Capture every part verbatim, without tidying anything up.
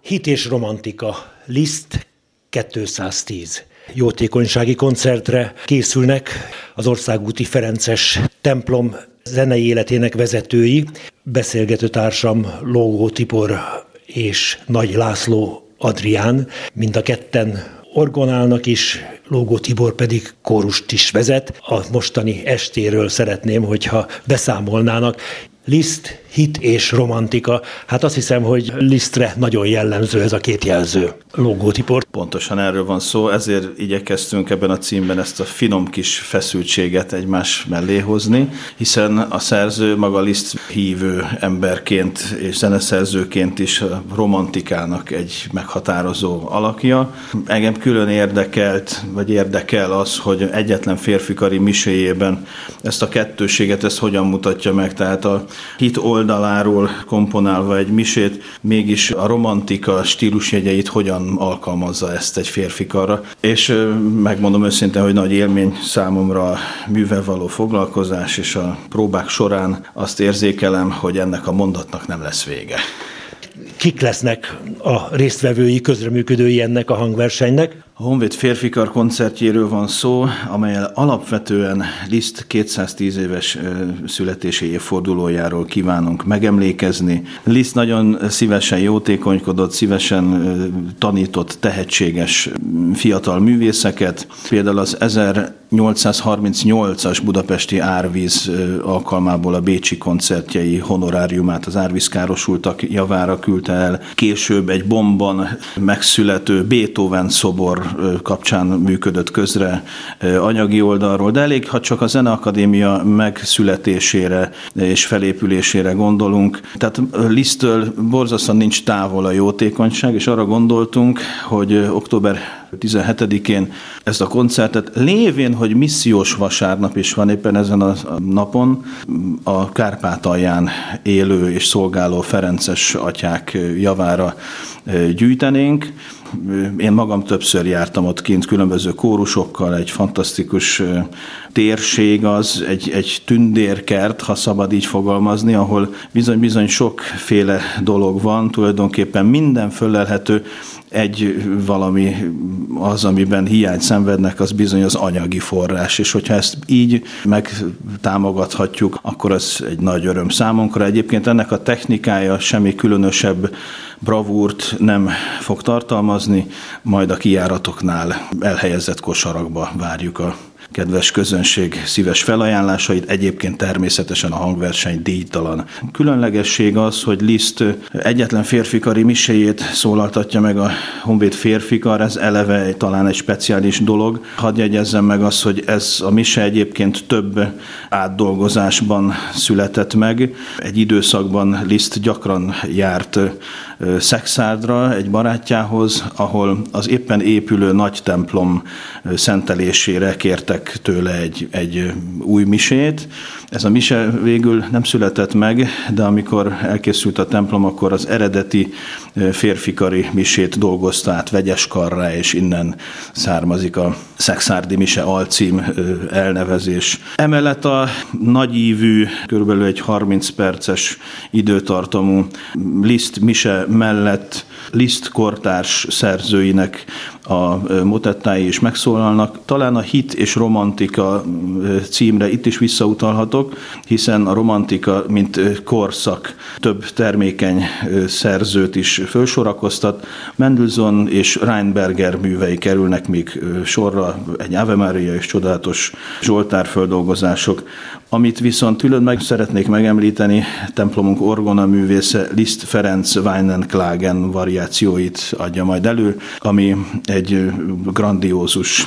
Hit és romantika, Liszt kétszáztíz. Jótékonysági koncertre készülnek az Országúti Ferences templom zenei életének vezetői, beszélgető társam Lógó Tibor és Nagy László Adrián, mind a ketten orgonálnak is, Lógó Tibor pedig kórust is vezet. A mostani estéről szeretném, hogyha beszámolnának. Liszt, hit és romantika. Hát azt hiszem, hogy Lisztre nagyon jellemző ez a két jelző. Lógó Tibor. Pontosan erről van szó, ezért igyekeztünk ebben a címben ezt a finom kis feszültséget egymás mellé hozni, hiszen a szerző maga Liszt hívő emberként és zeneszerzőként is a romantikának egy meghatározó alakja. Engem külön érdekelt, vagy érdekel az, hogy egyetlen férfikari miséjében ezt a kettőséget, ezt hogyan mutatja meg, tehát a hit oldaláról komponálva egy misét, mégis a romantika stílusjegyeit hogyan alkalmazza ezt egy férfikarra. És megmondom őszintén, hogy nagy élmény számomra a művel való foglalkozás, és a próbák során azt érzékelem, hogy ennek a mondatnak nem lesz vége. Kik lesznek a résztvevői, közreműködői ennek a hangversenynek? A Honvéd férfikar koncertjéről van szó, amellyel alapvetően Liszt kétszáztíz éves születési évfordulójáról kívánunk megemlékezni. Liszt nagyon szívesen jótékonykodott, szívesen tanított tehetséges fiatal művészeket. Például az ezernyolcszázharmincnyolcas budapesti árvíz alkalmából a bécsi koncertjei honoráriumát az árvízkárosultak javára küldte el. Később egy Bonnban megszülető Beethoven szobor kapcsán működött közre anyagi oldalról, de elég, ha csak a Zeneakadémia megszületésére és felépülésére gondolunk. Tehát Liszttől borzasztóan nincs távol a jótékonyság, és arra gondoltunk, hogy október tizenhetedikén ezt a koncertet, lévén, hogy missziós vasárnap is van éppen ezen a napon, a Kárpátalján élő és szolgáló ferences atyák javára gyűjtenénk. Én magam többször jártam ott kint különböző kórusokkal, egy fantasztikus térség az, egy, egy tündérkert, ha szabad így fogalmazni, ahol bizony-bizony sokféle dolog van, tulajdonképpen minden fölelhető, egy valami az, amiben hiányt szenvednek, az bizony az anyagi forrás, és hogyha ezt így megtámogathatjuk, akkor ez egy nagy öröm számunkra. Egyébként ennek a technikája semmi különösebb bravúrt nem fog tartalmazni, majd a kijáratoknál elhelyezett kosarakba várjuk a kedves közönség szíves felajánlásait, egyébként természetesen a hangverseny díjtalan. Különlegesség az, hogy Liszt egyetlen férfikari miséjét szólaltatja meg a Honvéd férfikar, ez eleve talán egy speciális dolog. Hadd jegyezzem meg azt, hogy ez a mise egyébként több átdolgozásban született meg. Egy időszakban Liszt gyakran járt Szexárdra egy barátjához, ahol az éppen épülő nagy templom szentelésére kértek tőle egy, egy új misét. Ez a mise végül nem született meg, de amikor elkészült a templom, akkor az eredeti férfikari misét dolgozta át vegyes karrá, és innen származik a Szexárdi mise alcím elnevezés. Emellett a nagyívű, körülbelül egy harminc perces időtartamú Liszt mise mellett Liszt kortárs szerzőinek a motettái is megszólalnak. Talán a hit és romantika címre itt is visszautalhatok, hiszen a romantika, mint korszak több termékeny szerzőt is felsorakoztat. Mendelssohn és Rheinberger művei kerülnek még sorra, egy Ave Maria és csodálatos zsoltárföldolgozások. Amit viszont külön meg szeretnék megemlíteni, templomunk orgona művésze Liszt Ferenc Weidenklagen variációit adja majd elő, ami egy grandiózus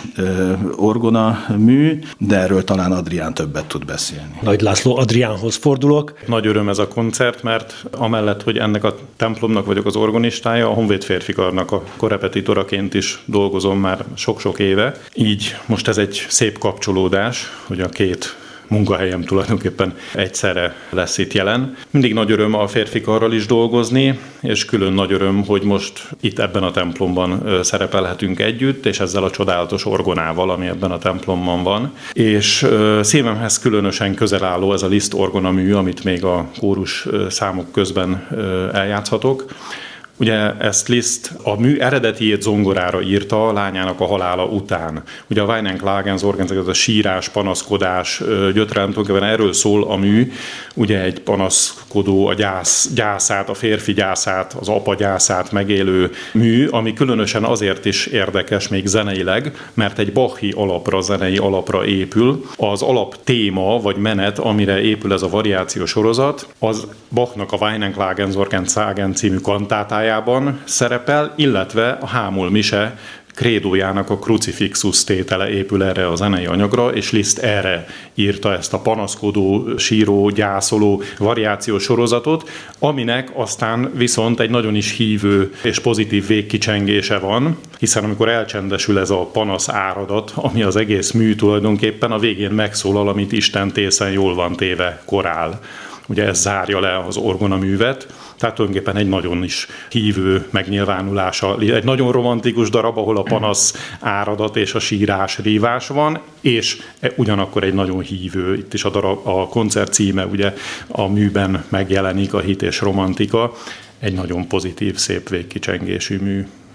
orgona mű, de erről talán Adrián többet tud beszélni. Nagy László Adriánhoz fordulok. Nagy öröm ez a koncert, mert amellett, hogy ennek a templomnak vagyok az organistája, a Honvéd férfikarnak a korrepetitoraként is dolgozom már sok-sok éve. Így most ez egy szép kapcsolódás, hogy a két munkahelyem tulajdonképpen egyszerre lesz itt jelen. Mindig nagy öröm a férfikarral is dolgozni, és külön nagy öröm, hogy most itt ebben a templomban szerepelhetünk együtt, és ezzel a csodálatos orgonával, ami ebben a templomban van. És szívemhez különösen közel álló ez a Liszt orgonamű, amit még a kórus számok közben eljátszhatok. Ugye ezt Liszt a mű eredetiét zongorára írta a lányának a halála után. Ugye a Weinen Klagensorgen, ez a sírás, panaszkodás, gyötrelem, tulajdonképpen erről szól a mű. Ugye egy panaszkodó a gyász, gyászát, a férfi gyászát, az apa gyászát megélő mű, ami különösen azért is érdekes még zeneileg, mert egy Bachi alapra, zenei alapra épül. Az alap téma vagy menet, amire épül ez a variáció sorozat, az Bachnak a Weinen Klagensorgen Sagen című kantátájában szerepel, illetve a Hámol mise krédójának a Crucifixus tétele épül erre a zenei anyagra, és Liszt erre írta ezt a panaszkodó, síró, gyászoló variációs sorozatot, aminek aztán viszont egy nagyon is hívő és pozitív végkicsengése van, hiszen amikor elcsendesül ez a panasz áradat, ami az egész mű tulajdonképpen, a végén megszólal, amit Isten tészen jól van téve korál. Ugye ez zárja le az orgonaművet, tehát tulajdonképpen egy nagyon is hívő megnyilvánulása, egy nagyon romantikus darab, ahol a panasz áradat és a sírás rívás van, és ugyanakkor egy nagyon hívő, itt is a, darab, a koncert címe ugye a műben megjelenik, a hit és romantika, egy nagyon pozitív, szép végkicsengésű mű.